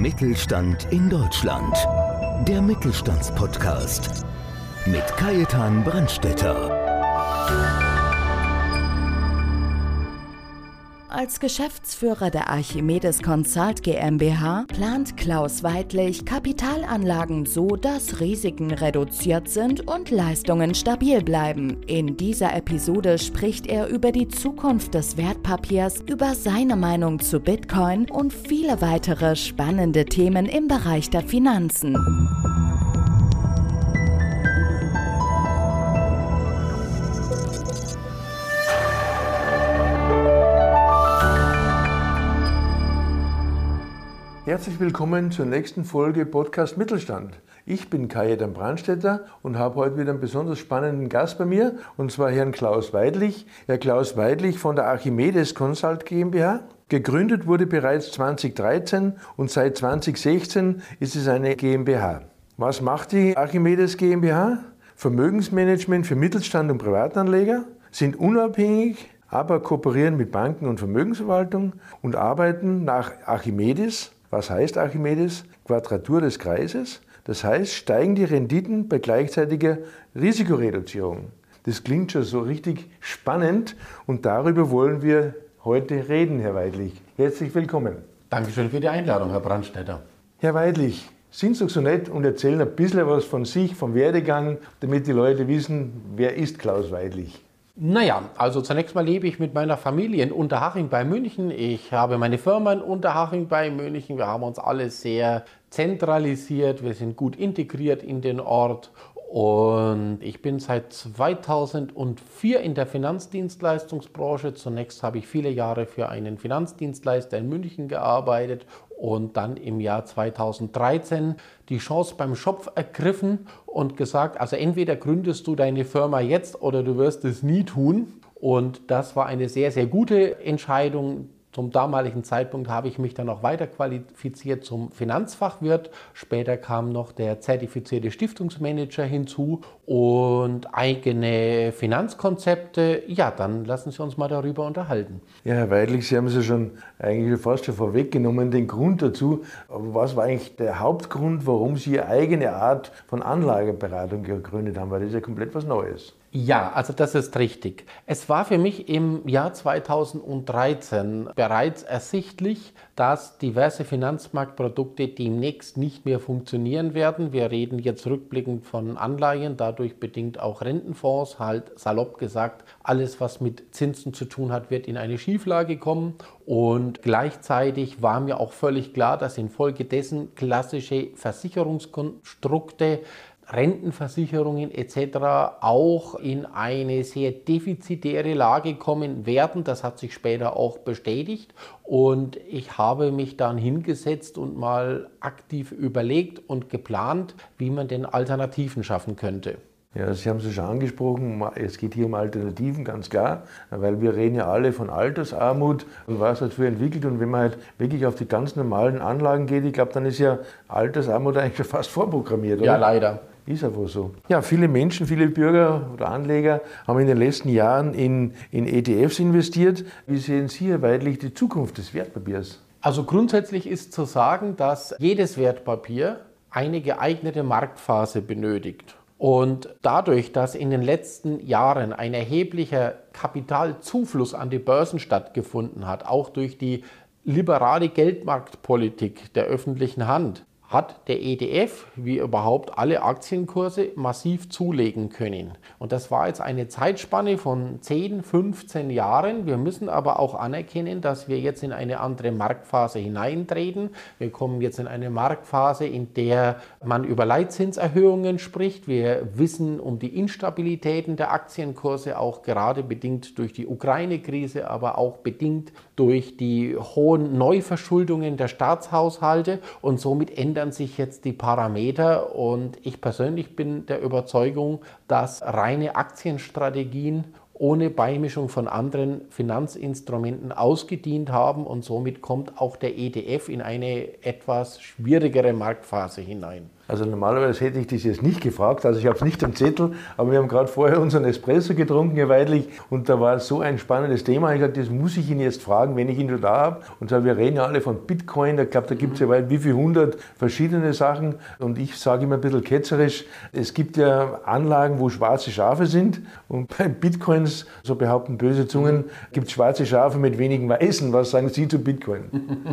Mittelstand in Deutschland. Der Mittelstandspodcast mit Kajetan Brandstetter. Als Geschäftsführer der Archimedes Consult GmbH plant Klaus Weidlich Kapitalanlagen so, dass Risiken reduziert sind und Leistungen stabil bleiben. In dieser Episode spricht er über die Zukunft des Wertpapiers, über seine Meinung zu Bitcoin und viele weitere spannende Themen im Bereich der Finanzen. Herzlich willkommen zur nächsten Folge Podcast Mittelstand. Ich bin Kajetan Brandstetter und habe heute wieder einen besonders spannenden Gast bei mir, und zwar Herrn Klaus Weidlich. Herr Klaus Weidlich von der Archimedes Consult GmbH. Gegründet wurde bereits 2013 und seit 2016 ist es eine GmbH. Was macht die Archimedes GmbH? Vermögensmanagement für Mittelstand und Privatanleger, sind unabhängig, aber kooperieren mit Banken und Vermögensverwaltung und arbeiten nach Archimedes. Was heißt Archimedes? Quadratur des Kreises. Das heißt, steigen die Renditen bei gleichzeitiger Risikoreduzierung. Das klingt schon so richtig spannend und darüber wollen wir heute reden, Herr Weidlich. Herzlich willkommen. Dankeschön für die Einladung, Herr Brandstetter. Herr Weidlich, sind Sie doch so nett und erzählen ein bisschen was von sich, vom Werdegang, damit die Leute wissen, wer ist Klaus Weidlich? Naja, also zunächst mal lebe ich mit meiner Familie in Unterhaching bei München. Ich habe meine Firma in Unterhaching bei München. Wir haben uns alle sehr zentralisiert. Wir sind gut integriert in den Ort. Und ich bin seit 2004 in der Finanzdienstleistungsbranche. Zunächst habe ich viele Jahre für einen Finanzdienstleister in München gearbeitet und dann im Jahr 2013 die Chance beim Schopf ergriffen und gesagt, also entweder gründest du deine Firma jetzt oder du wirst es nie tun. Und das war eine sehr, sehr gute Entscheidung. Zum damaligen Zeitpunkt habe ich mich dann auch weiter qualifiziert zum Finanzfachwirt. Später kam noch der zertifizierte Stiftungsmanager hinzu und eigene Finanzkonzepte. Ja, dann lassen Sie uns mal darüber unterhalten. Ja, Herr Weidlich, Sie haben es ja schon eigentlich fast schon vorweggenommen, den Grund dazu. Aber was war eigentlich der Hauptgrund, warum Sie Ihre eigene Art von Anlageberatung gegründet haben? Weil das ist ja komplett was Neues. Ja, also das ist richtig. Es war für mich im Jahr 2013 bereits ersichtlich, dass diverse Finanzmarktprodukte demnächst nicht mehr funktionieren werden. Wir reden jetzt rückblickend von Anleihen, dadurch bedingt auch Rentenfonds, halt salopp gesagt, alles was mit Zinsen zu tun hat, wird in eine Schieflage kommen. Und gleichzeitig war mir auch völlig klar, dass infolgedessen klassische Versicherungskonstrukte, Rentenversicherungen etc. auch in eine sehr defizitäre Lage kommen werden. Das hat sich später auch bestätigt und ich habe mich dann hingesetzt und mal aktiv überlegt und geplant, wie man denn Alternativen schaffen könnte. Ja, Sie haben es schon angesprochen, es geht hier um Alternativen, ganz klar, weil wir reden ja alle von Altersarmut und was dafür entwickelt, und wenn man halt wirklich auf die ganz normalen Anlagen geht, ich glaube, dann ist ja Altersarmut eigentlich schon fast vorprogrammiert, oder? Ja, leider. Ist einfach so. Ja, viele Menschen, viele Bürger oder Anleger haben in den letzten Jahren in ETFs investiert. Wie sehen Sie, Herr Weidlich, die Zukunft des Wertpapiers? Also grundsätzlich ist zu sagen, dass jedes Wertpapier eine geeignete Marktphase benötigt. Und dadurch, dass in den letzten Jahren ein erheblicher Kapitalzufluss an die Börsen stattgefunden hat, auch durch die liberale Geldmarktpolitik der öffentlichen Hand, hat der ETF, wie überhaupt alle Aktienkurse, massiv zulegen können. Und das war jetzt eine Zeitspanne von 10, 15 Jahren. Wir müssen aber auch anerkennen, dass wir jetzt in eine andere Marktphase hineintreten. Wir kommen jetzt in eine Marktphase, in der man über Leitzinserhöhungen spricht. Wir wissen um die Instabilitäten der Aktienkurse, auch gerade bedingt durch die Ukraine-Krise, aber auch bedingt durch die hohen Neuverschuldungen der Staatshaushalte, und somit ändern sich jetzt die Parameter, und ich persönlich bin der Überzeugung, dass reine Aktienstrategien ohne Beimischung von anderen Finanzinstrumenten ausgedient haben, und somit kommt auch der ETF in eine etwas schwierigere Marktphase hinein. Also normalerweise hätte ich das jetzt nicht gefragt, also ich habe es nicht am Zettel, aber wir haben gerade vorher unseren Espresso getrunken, Herr Weidlich, und da war so ein spannendes Thema. Ich habe gesagt, das muss ich ihn jetzt fragen, wenn ich ihn schon da habe. Und so, wir reden ja alle von Bitcoin, ich glaube, da gibt es ja weit wie viele 100 verschiedene Sachen. Und ich sage immer ein bisschen ketzerisch, es gibt ja Anlagen, wo schwarze Schafe sind. Und bei Bitcoins, so behaupten böse Zungen, gibt es schwarze Schafe mit wenigen Weißen. Was sagen Sie zu Bitcoin?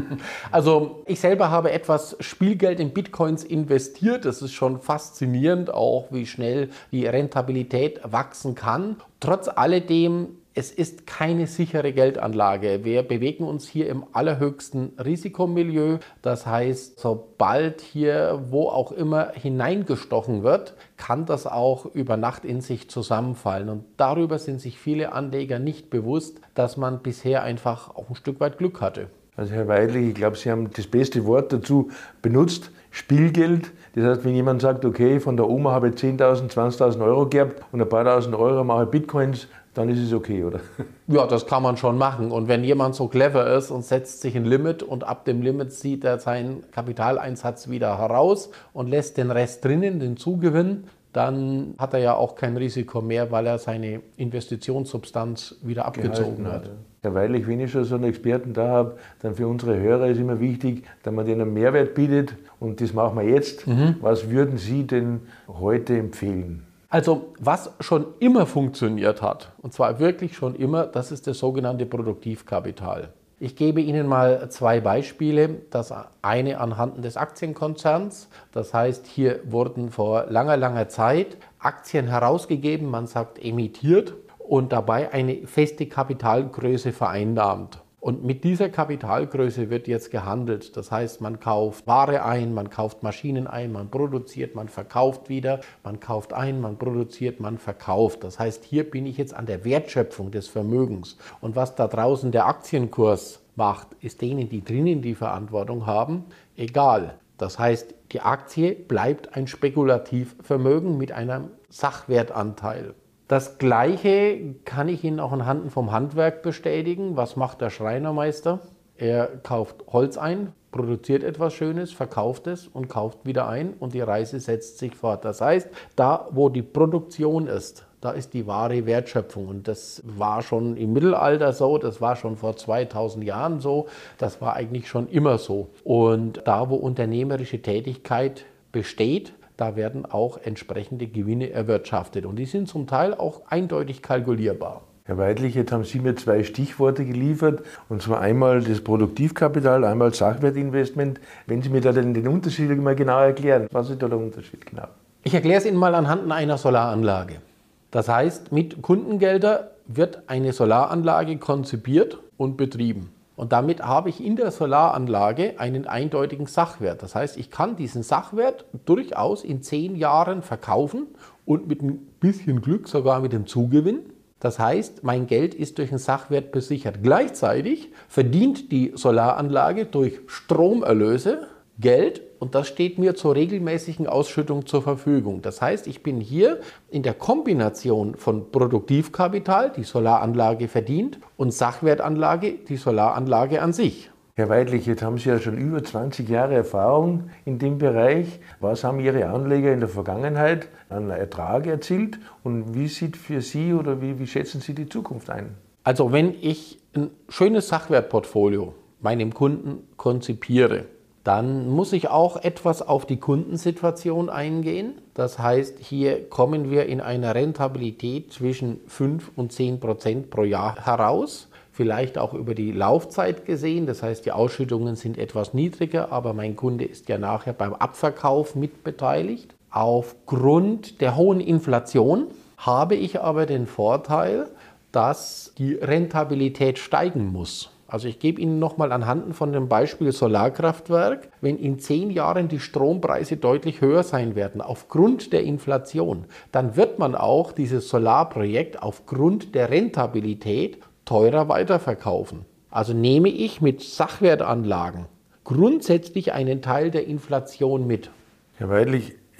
Also ich selber habe etwas Spielgeld in Bitcoins investiert. Das ist schon faszinierend, auch wie schnell die Rentabilität wachsen kann. Trotz alledem, es ist keine sichere Geldanlage. Wir bewegen uns hier im allerhöchsten Risikomilieu. Das heißt, sobald hier wo auch immer hineingestochen wird, kann das auch über Nacht in sich zusammenfallen. Und darüber sind sich viele Anleger nicht bewusst, dass man bisher einfach auch ein Stück weit Glück hatte. Also Herr Weidlich, ich glaube, Sie haben das beste Wort dazu benutzt, Spielgeld. Das heißt, wenn jemand sagt, okay, von der Oma habe ich 10.000, 20.000 Euro gehabt und ein paar tausend Euro mache ich Bitcoins, dann ist es okay, oder? Ja, das kann man schon machen. Und wenn jemand so clever ist und setzt sich ein Limit und ab dem Limit zieht er seinen Kapitaleinsatz wieder heraus und lässt den Rest drinnen, den Zugewinn, dann hat er ja auch kein Risiko mehr, weil er seine Investitionssubstanz wieder abgezogen hat. Ja, weil wenn ich schon so einen Experten da habe, dann für unsere Hörer ist immer wichtig, dass man denen einen Mehrwert bietet. Und das machen wir jetzt. Was würden Sie denn heute empfehlen? Also was schon immer funktioniert hat, und zwar wirklich schon immer, das ist das sogenannte Produktivkapital. Ich gebe Ihnen mal zwei Beispiele. Das eine anhand des Aktienkonzerns. Das heißt, hier wurden vor langer Zeit Aktien herausgegeben, man sagt emittiert, und dabei eine feste Kapitalgröße vereinnahmt. Und mit dieser Kapitalgröße wird jetzt gehandelt. Das heißt, man kauft Ware ein, man kauft Maschinen ein, man produziert, man verkauft wieder, man kauft ein, man produziert, man verkauft. Das heißt, hier bin ich jetzt an der Wertschöpfung des Vermögens. Und was da draußen der Aktienkurs macht, ist denen, die drinnen die Verantwortung haben, egal. Das heißt, die Aktie bleibt ein Spekulativvermögen mit einem Sachwertanteil. Das Gleiche kann ich Ihnen auch anhand vom Handwerk bestätigen. Was macht der Schreinermeister? Er kauft Holz ein, produziert etwas Schönes, verkauft es und kauft wieder ein und die Reise setzt sich fort. Das heißt, da wo die Produktion ist, da ist die wahre Wertschöpfung. Und das war schon im Mittelalter so, das war schon vor 2000 Jahren so, das war eigentlich schon immer so. Und da wo unternehmerische Tätigkeit besteht, da werden auch entsprechende Gewinne erwirtschaftet. Und die sind zum Teil auch eindeutig kalkulierbar. Herr Weidlich, jetzt haben Sie mir zwei Stichworte geliefert, und zwar einmal das Produktivkapital, einmal Sachwertinvestment. Wenn Sie mir da den Unterschied mal genau erklären, was ist da der Unterschied genau? Ich erkläre es Ihnen mal anhand einer Solaranlage. Das heißt, mit Kundengeldern wird eine Solaranlage konzipiert und betrieben. Und damit habe ich in der Solaranlage einen eindeutigen Sachwert. Das heißt, ich kann diesen Sachwert durchaus in 10 Jahren verkaufen und mit ein bisschen Glück sogar mit dem Zugewinn. Das heißt, mein Geld ist durch den Sachwert besichert. Gleichzeitig verdient die Solaranlage durch Stromerlöse Geld und das steht mir zur regelmäßigen Ausschüttung zur Verfügung. Das heißt, ich bin hier in der Kombination von Produktivkapital, die Solaranlage verdient, und Sachwertanlage, die Solaranlage an sich. Herr Weidlich, jetzt haben Sie ja schon über 20 Jahre Erfahrung in dem Bereich. Was haben Ihre Anleger in der Vergangenheit an Ertrag erzielt und wie sieht für Sie oder wie schätzen Sie die Zukunft ein? Also wenn ich ein schönes Sachwertportfolio meinem Kunden konzipiere, dann muss ich auch etwas auf die Kundensituation eingehen. Das heißt, hier kommen wir in einer Rentabilität zwischen 5 und 10% pro Jahr heraus. Vielleicht auch über die Laufzeit gesehen. Das heißt, die Ausschüttungen sind etwas niedriger, aber mein Kunde ist ja nachher beim Abverkauf mitbeteiligt. Aufgrund der hohen Inflation habe ich aber den Vorteil, dass die Rentabilität steigen muss. Also ich gebe Ihnen nochmal anhand von dem Beispiel Solarkraftwerk, wenn in 10 Jahren die Strompreise deutlich höher sein werden aufgrund der Inflation, dann wird man auch dieses Solarprojekt aufgrund der Rentabilität teurer weiterverkaufen. Also nehme ich mit Sachwertanlagen grundsätzlich einen Teil der Inflation mit. Herr Weidlich,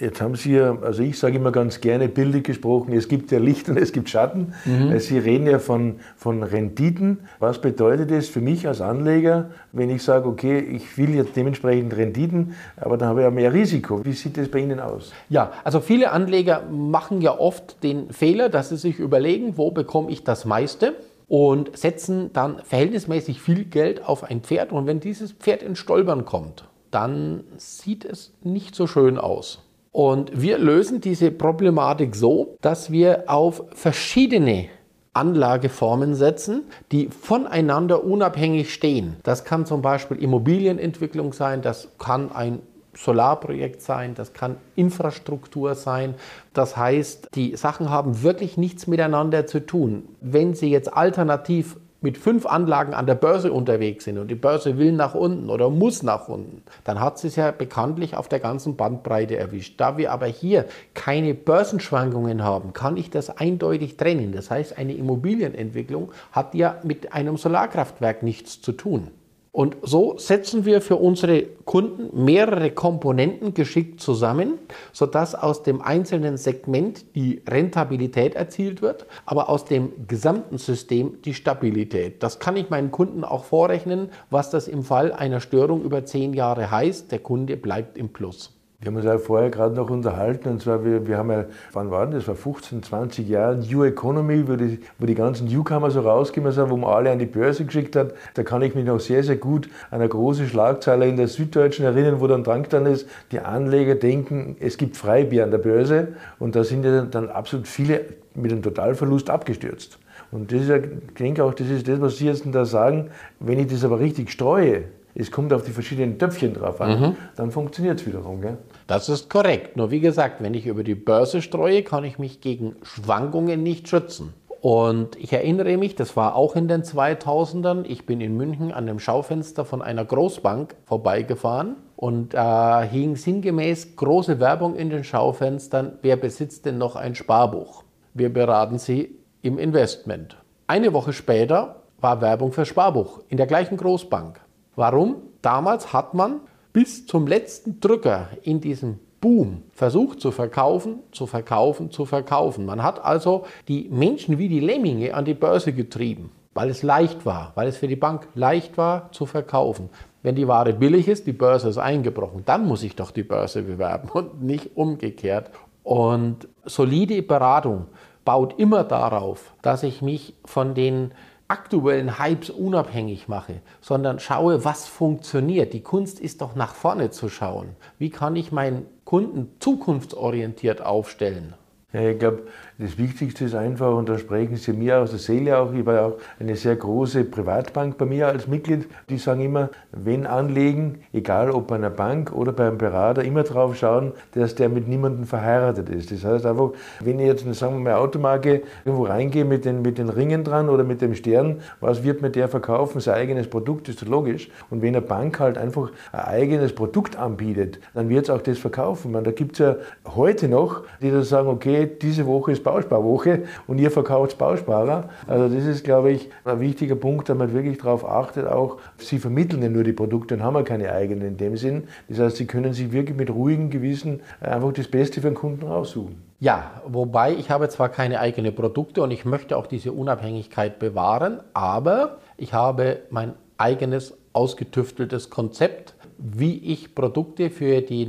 Jetzt haben Sie ja, also ich sage immer ganz gerne bildlich gesprochen, es gibt ja Licht und es gibt Schatten. Sie reden ja von Renditen. Was bedeutet das für mich als Anleger, wenn ich sage, okay, ich will jetzt dementsprechend Renditen, aber dann habe ich ja mehr Risiko. Wie sieht das bei Ihnen aus? Ja, also viele Anleger machen ja oft den Fehler, dass sie sich überlegen, wo bekomme ich das meiste? Und setzen dann verhältnismäßig viel Geld auf ein Pferd. Und wenn dieses Pferd ins Stolpern kommt, dann sieht es nicht so schön aus. Und wir lösen diese Problematik so, dass wir auf verschiedene Anlageformen setzen, die voneinander unabhängig stehen. Das kann zum Beispiel Immobilienentwicklung sein, das kann ein Solarprojekt sein, das kann Infrastruktur sein. Das heißt, die Sachen haben wirklich nichts miteinander zu tun. Wenn Sie jetzt alternativ mit 5 Anlagen an der Börse unterwegs sind und die Börse will nach unten oder muss nach unten, dann hat sie es ja bekanntlich auf der ganzen Bandbreite erwischt. Da wir aber hier keine Börsenschwankungen haben, kann ich das eindeutig trennen. Das heißt, eine Immobilienentwicklung hat ja mit einem Solarkraftwerk nichts zu tun. Und so setzen wir für unsere Kunden mehrere Komponenten geschickt zusammen, sodass aus dem einzelnen Segment die Rentabilität erzielt wird, aber aus dem gesamten System die Stabilität. Das kann ich meinen Kunden auch vorrechnen, was das im Fall einer Störung über 10 Jahre heißt. Der Kunde bleibt im Plus. Wir haben uns auch vorher gerade noch unterhalten, und zwar, wir haben ja, wann war das? Vor 15, 20 Jahren, New Economy, wo die ganzen Newcomer so rausgekommen sind, wo man alle an die Börse geschickt hat. Da kann ich mich noch sehr, sehr gut an eine große Schlagzeile in der Süddeutschen erinnern, wo dann dran gestanden ist, die Anleger denken, es gibt Freibier an der Börse, und da sind ja dann absolut viele mit einem Totalverlust abgestürzt. Und das ist ja, ich denke auch, das ist das, was Sie jetzt da sagen, wenn ich das aber richtig streue, es kommt auf die verschiedenen Töpfchen drauf an, dann funktioniert es wiederum. Gell? Das ist korrekt. Nur wie gesagt, wenn ich über die Börse streue, kann ich mich gegen Schwankungen nicht schützen. Und ich erinnere mich, das war auch in den 2000ern, ich bin in München an dem Schaufenster von einer Großbank vorbeigefahren und da hing sinngemäß große Werbung in den Schaufenstern, wer besitzt denn noch ein Sparbuch? Wir beraten Sie im Investment. Eine Woche später war Werbung für Sparbuch in der gleichen Großbank. Warum? Damals hat man bis zum letzten Drücker in diesem Boom versucht zu verkaufen, zu verkaufen, zu verkaufen. Man hat also die Menschen wie die Lemminge an die Börse getrieben, weil es leicht war, weil es für die Bank leicht war zu verkaufen. Wenn die Ware billig ist, die Börse ist eingebrochen, dann muss ich doch die Börse bewerben und nicht umgekehrt. Und solide Beratung baut immer darauf, dass ich mich von den aktuellen Hypes unabhängig mache, sondern schaue, was funktioniert. Die Kunst ist doch nach vorne zu schauen. Wie kann ich meinen Kunden zukunftsorientiert aufstellen? Ja, ich glaube, das Wichtigste ist einfach, und da sprechen Sie mir aus der Seele auch, ich war ja auch eine sehr große Privatbank bei mir als Mitglied, die sagen immer, wenn anlegen, egal ob bei einer Bank oder bei einem Berater, immer drauf schauen, dass der mit niemandem verheiratet ist. Das heißt einfach, wenn ich jetzt, sagen wir mal, Automarke irgendwo reingehe mit den Ringen dran oder mit dem Stern, was wird mir der verkaufen? Sein eigenes Produkt, ist logisch. Und wenn eine Bank halt einfach ein eigenes Produkt anbietet, dann wird es auch das verkaufen. Da gibt es ja heute noch, die da sagen, okay, diese Woche ist Bausparwoche und ihr verkauft Bausparer. Also das ist, glaube ich, ein wichtiger Punkt, dass man wirklich darauf achtet, auch Sie vermitteln ja nur die Produkte und haben ja keine eigenen in dem Sinn. Das heißt, Sie können sich wirklich mit ruhigem Gewissen einfach das Beste für den Kunden raussuchen. Ja, wobei ich habe zwar keine eigenen Produkte und ich möchte auch diese Unabhängigkeit bewahren, aber ich habe mein eigenes ausgetüfteltes Konzept, wie ich Produkte für die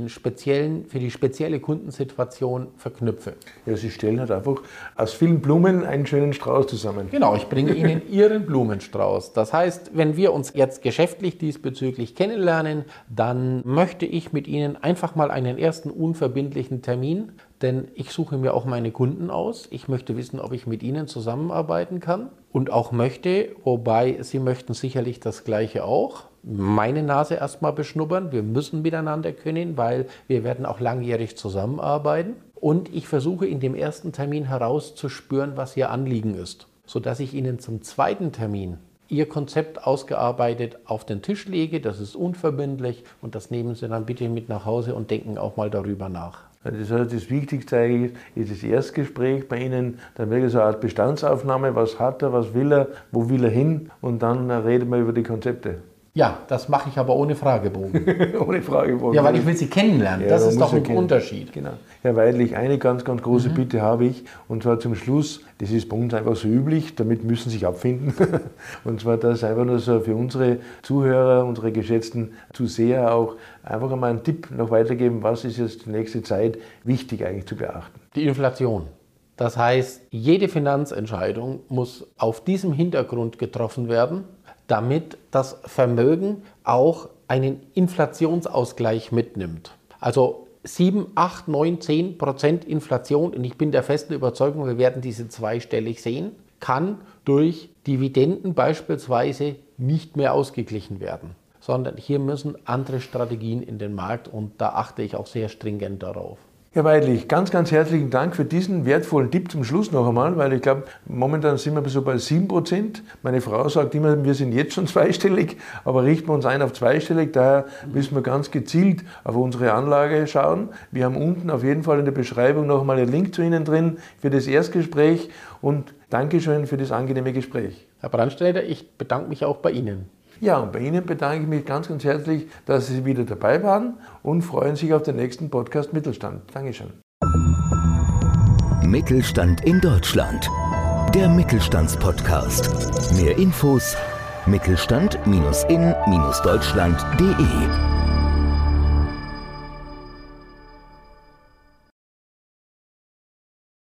spezielle Kundensituation verknüpfe. Ja, Sie stellen halt einfach aus vielen Blumen einen schönen Strauß zusammen. Genau, ich bringe Ihnen Ihren Blumenstrauß. Das heißt, wenn wir uns jetzt geschäftlich diesbezüglich kennenlernen, dann möchte ich mit Ihnen einfach mal einen ersten unverbindlichen Termin, denn ich suche mir auch meine Kunden aus. Ich möchte wissen, ob ich mit Ihnen zusammenarbeiten kann und auch möchte, wobei Sie möchten sicherlich das Gleiche auch, meine Nase erstmal beschnuppern. Wir müssen miteinander können, weil wir werden auch langjährig zusammenarbeiten. Und ich versuche in dem ersten Termin herauszuspüren, was Ihr Anliegen ist, sodass ich Ihnen zum zweiten Termin Ihr Konzept ausgearbeitet auf den Tisch lege. Das ist unverbindlich und das nehmen Sie dann bitte mit nach Hause und denken auch mal darüber nach. Das heißt, das Wichtigste eigentlich ist das Erstgespräch bei Ihnen, dann wirklich so eine Art Bestandsaufnahme, was hat er, was will er, wo will er hin, und dann reden wir über die Konzepte. Ja, das mache ich aber ohne Fragebogen. Ohne Fragebogen. Ja, weil ich will Sie kennenlernen. Ja, das man ist muss doch ja ein kennen. Unterschied. Genau. Herr Weidlich, eine ganz, ganz große Bitte habe ich, und zwar zum Schluss, das ist bei uns einfach so üblich, damit müssen Sie sich abfinden, und zwar das einfach nur so für unsere Zuhörer, unsere geschätzten Zuseher auch, einfach einmal einen Tipp noch weitergeben, was ist jetzt die nächste Zeit wichtig eigentlich zu beachten. Die Inflation. Das heißt, jede Finanzentscheidung muss auf diesem Hintergrund getroffen werden, damit das Vermögen auch einen Inflationsausgleich mitnimmt. Also 7, 8, 9, 10% Inflation, und ich bin der festen Überzeugung, wir werden diese zweistellig sehen, kann durch Dividenden beispielsweise nicht mehr ausgeglichen werden, sondern hier müssen andere Strategien in den Markt, und da achte ich auch sehr stringent darauf. Herr Weidlich, ganz, ganz herzlichen Dank für diesen wertvollen Tipp zum Schluss noch einmal, weil ich glaube, momentan sind wir so bei 7%. Meine Frau sagt immer, wir sind jetzt schon zweistellig, aber richten wir uns ein auf zweistellig. Daher müssen wir ganz gezielt auf unsere Anlage schauen. Wir haben unten auf jeden Fall in der Beschreibung noch einmal einen Link zu Ihnen drin für das Erstgespräch, und Dankeschön für das angenehme Gespräch. Herr Brandstätter, ich bedanke mich auch bei Ihnen. Ja, und bei Ihnen bedanke ich mich ganz, ganz herzlich, dass Sie wieder dabei waren und freuen sich auf den nächsten Podcast Mittelstand. Dankeschön. Mittelstand in Deutschland. Der Mittelstandspodcast. Mehr Infos: mittelstand-in-deutschland.de